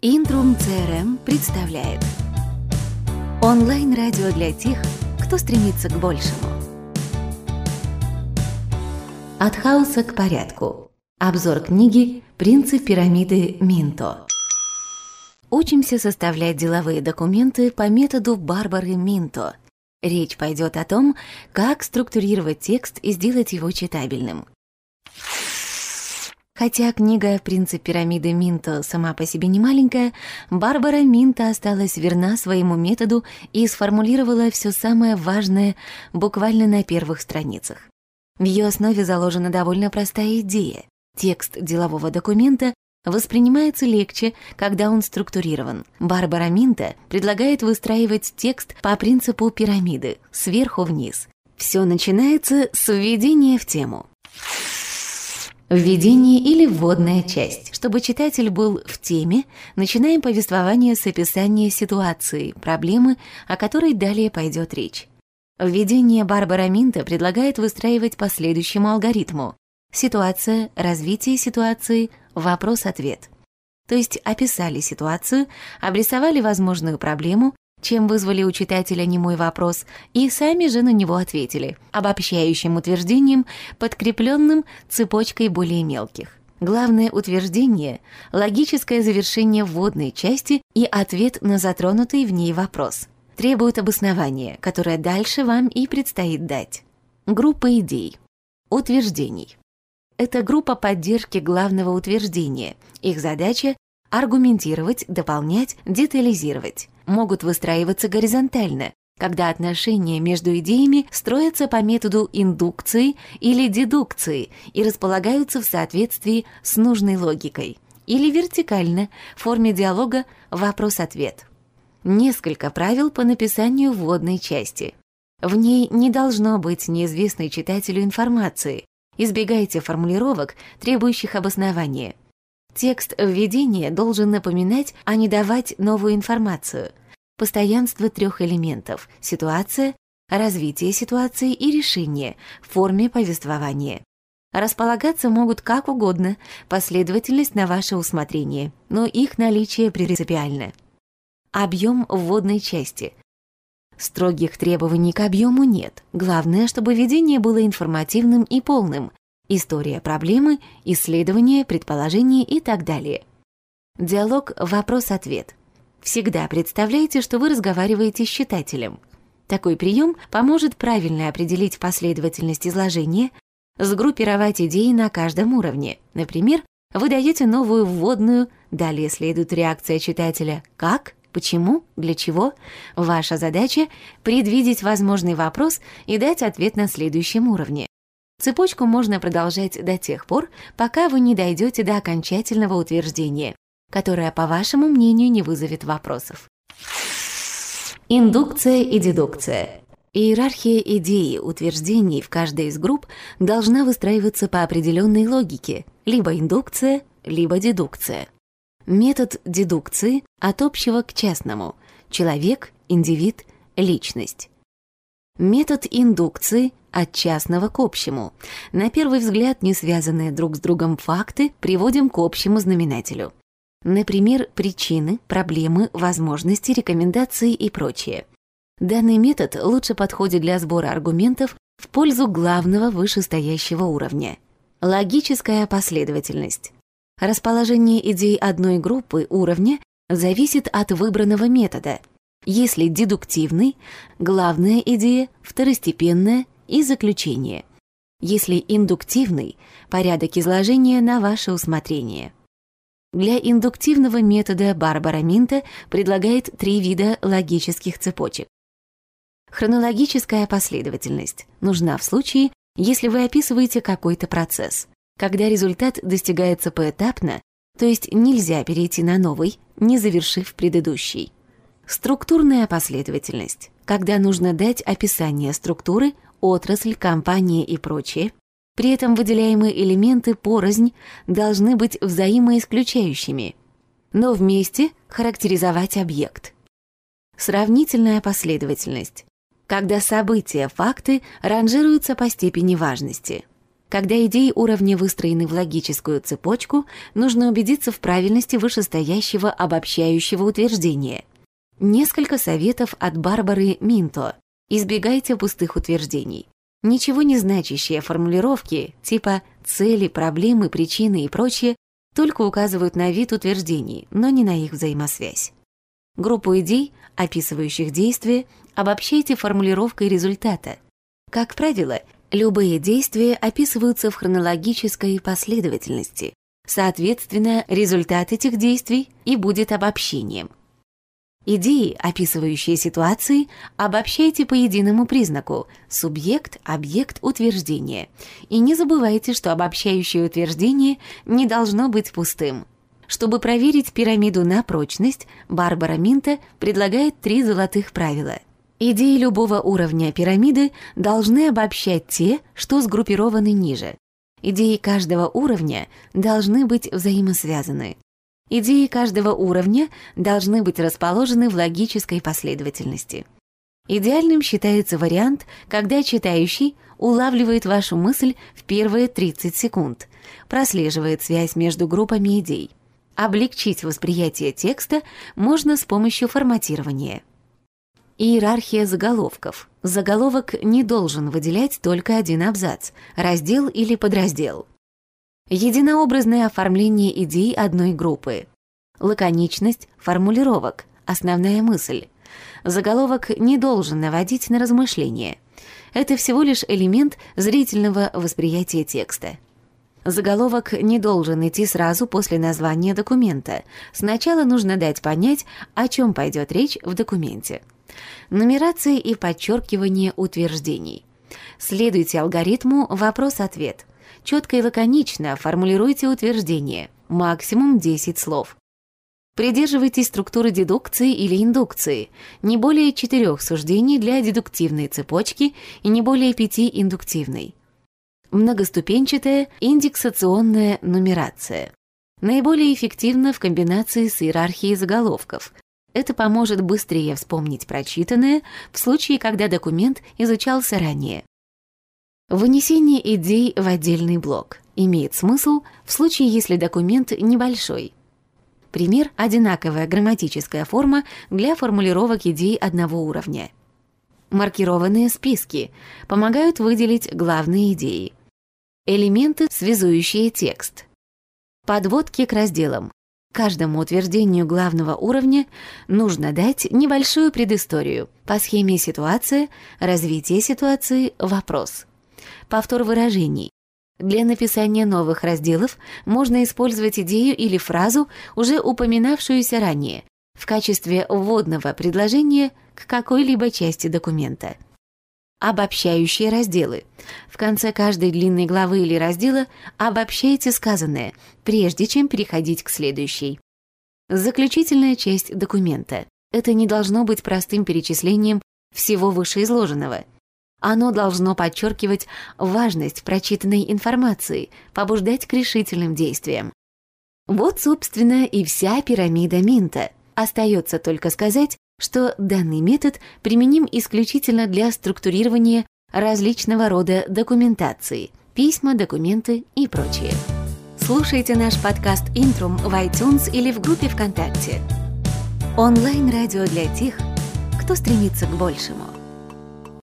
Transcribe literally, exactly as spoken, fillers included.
Интрум си эр эм представляет онлайн-радио для тех, кто стремится к большему. От хаоса к порядку. Обзор книги «Принцип пирамиды Минто». Учимся составлять деловые документы по методу Барбары Минто. Речь пойдет о том, как структурировать текст и сделать его читабельным. Хотя книга «Принцип пирамиды Минто» сама по себе не маленькая, Барбара Минто осталась верна своему методу и сформулировала все самое важное буквально на первых страницах. В ее основе заложена довольно простая идея. Текст делового документа воспринимается легче, когда он структурирован. Барбара Минто предлагает выстраивать текст по принципу пирамиды, сверху вниз. Все начинается с введения в тему. Введение или вводная часть. Чтобы читатель был в теме, начинаем повествование с описания ситуации, проблемы, о которой далее пойдет речь. Введение Барбара Минто предлагает выстраивать по следующему алгоритму. Ситуация, развитие ситуации, вопрос-ответ. То есть описали ситуацию, обрисовали возможную проблему, чем вызвали у читателя немой вопрос, и сами же на него ответили, обобщающим утверждением, подкрепленным цепочкой более мелких. Главное утверждение – логическое завершение вводной части и ответ на затронутый в ней вопрос. Требует обоснования, которое дальше вам и предстоит дать. Группа идей. Утверждений. Это группа поддержки главного утверждения. Их задача – аргументировать, дополнять, детализировать. Могут выстраиваться горизонтально, когда отношения между идеями строятся по методу индукции или дедукции и располагаются в соответствии с нужной логикой. Или вертикально, в форме диалога вопрос-ответ. Несколько правил по написанию вводной части. В ней не должно быть неизвестной читателю информации. Избегайте формулировок, требующих обоснования. Текст введения должен напоминать, а не давать новую информацию. Постоянство трех элементов – ситуация, развитие ситуации и решение в форме повествования. Располагаться могут как угодно, последовательность на ваше усмотрение, но их наличие принципиально. Объем вводной части. Строгих требований к объему нет. Главное, чтобы введение было информативным и полным. История проблемы, исследование, предположение и так далее. Диалог «вопрос-ответ». Всегда представляйте, что вы разговариваете с читателем. Такой прием поможет правильно определить последовательность изложения, сгруппировать идеи на каждом уровне. Например, вы даете новую вводную, далее следует реакция читателя «как?», «почему?», «для чего?». Ваша задача – предвидеть возможный вопрос и дать ответ на следующем уровне. Цепочку можно продолжать до тех пор, пока вы не дойдете до окончательного утверждения, которое, по вашему мнению, не вызовет вопросов. Индукция и дедукция. Иерархия идей, утверждений в каждой из групп должна выстраиваться по определенной логике, либо индукция, либо дедукция. Метод дедукции от общего к частному. Человек, индивид, личность. Метод индукции от частного к общему. На первый взгляд не связанные друг с другом факты приводим к общему знаменателю. Например, причины, проблемы, возможности, рекомендации и прочее. Данный метод лучше подходит для сбора аргументов в пользу главного вышестоящего уровня. Логическая последовательность. Расположение идей одной группы уровня зависит от выбранного метода. Если дедуктивный, главная идея, второстепенная и заключение. Если индуктивный, порядок изложения на ваше усмотрение. Для индуктивного метода Барбара Минто предлагает три вида логических цепочек. Хронологическая последовательность нужна в случае, если вы описываете какой-то процесс, когда результат достигается поэтапно, то есть нельзя перейти на новый, не завершив предыдущий. Структурная последовательность, когда нужно дать описание структуры, отрасль, компания и прочее, при этом выделяемые элементы порознь должны быть взаимоисключающими, но вместе характеризовать объект. Сравнительная последовательность, когда события, факты ранжируются по степени важности. Когда идеи уровня выстроены в логическую цепочку, нужно убедиться в правильности вышестоящего обобщающего утверждения. Несколько советов от Барбары Минто. Избегайте пустых утверждений. Ничего не значащие формулировки, типа цели, проблемы, причины и прочее, только указывают на вид утверждений, но не на их взаимосвязь. Группу идей, описывающих действия, обобщайте формулировкой результата. Как правило, любые действия описываются в хронологической последовательности. Соответственно, результат этих действий и будет обобщением. Идеи, описывающие ситуации, обобщайте по единому признаку – субъект, объект, утверждение. И не забывайте, что обобщающее утверждение не должно быть пустым. Чтобы проверить пирамиду на прочность, Барбара Минто предлагает три золотых правила. Идеи любого уровня пирамиды должны обобщать те, что сгруппированы ниже. Идеи каждого уровня должны быть взаимосвязаны. Идеи каждого уровня должны быть расположены в логической последовательности. Идеальным считается вариант, когда читающий улавливает вашу мысль в первые тридцать секунд, прослеживает связь между группами идей. Облегчить восприятие текста можно с помощью форматирования. Иерархия заголовков. Заголовок не должен выделять только один абзац, раздел или подраздел. Единообразное оформление идей одной группы. Лаконичность формулировок. Основная мысль. Заголовок не должен наводить на размышления. Это всего лишь элемент зрительного восприятия текста. Заголовок не должен идти сразу после названия документа. Сначала нужно дать понять, о чем пойдет речь в документе. Нумерация и подчеркивание утверждений. Следуйте алгоритму вопрос-ответ. Четко и лаконично формулируйте утверждение, максимум десять слов. Придерживайтесь структуры дедукции или индукции, не более четырех суждений для дедуктивной цепочки и не более пяти индуктивной. Многоступенчатая индексационная нумерация. Наиболее эффективна в комбинации с иерархией заголовков. Это поможет быстрее вспомнить прочитанное в случае, когда документ изучался ранее. Вынесение идей в отдельный блок имеет смысл в случае, если документ небольшой. Пример – одинаковая грамматическая форма для формулировок идей одного уровня. Маркированные списки помогают выделить главные идеи. Элементы, связующие текст. Подводки к разделам. Каждому утверждению главного уровня нужно дать небольшую предысторию по схеме ситуация, развитие ситуации, вопрос. Повтор выражений. Для написания новых разделов можно использовать идею или фразу, уже упоминавшуюся ранее, в качестве вводного предложения к какой-либо части документа. Обобщающие разделы. В конце каждой длинной главы или раздела обобщайте сказанное, прежде чем переходить к следующей. Заключительная часть документа. Это не должно быть простым перечислением всего вышеизложенного. Оно должно подчеркивать важность прочитанной информации, побуждать к решительным действиям. Вот, собственно, и вся пирамида Минто. Остается только сказать, что данный метод применим исключительно для структурирования различного рода документации, письма, документы и прочее. Слушайте наш подкаст «Интрум» в iTunes или в группе ВКонтакте. Онлайн-радио для тех, кто стремится к большему.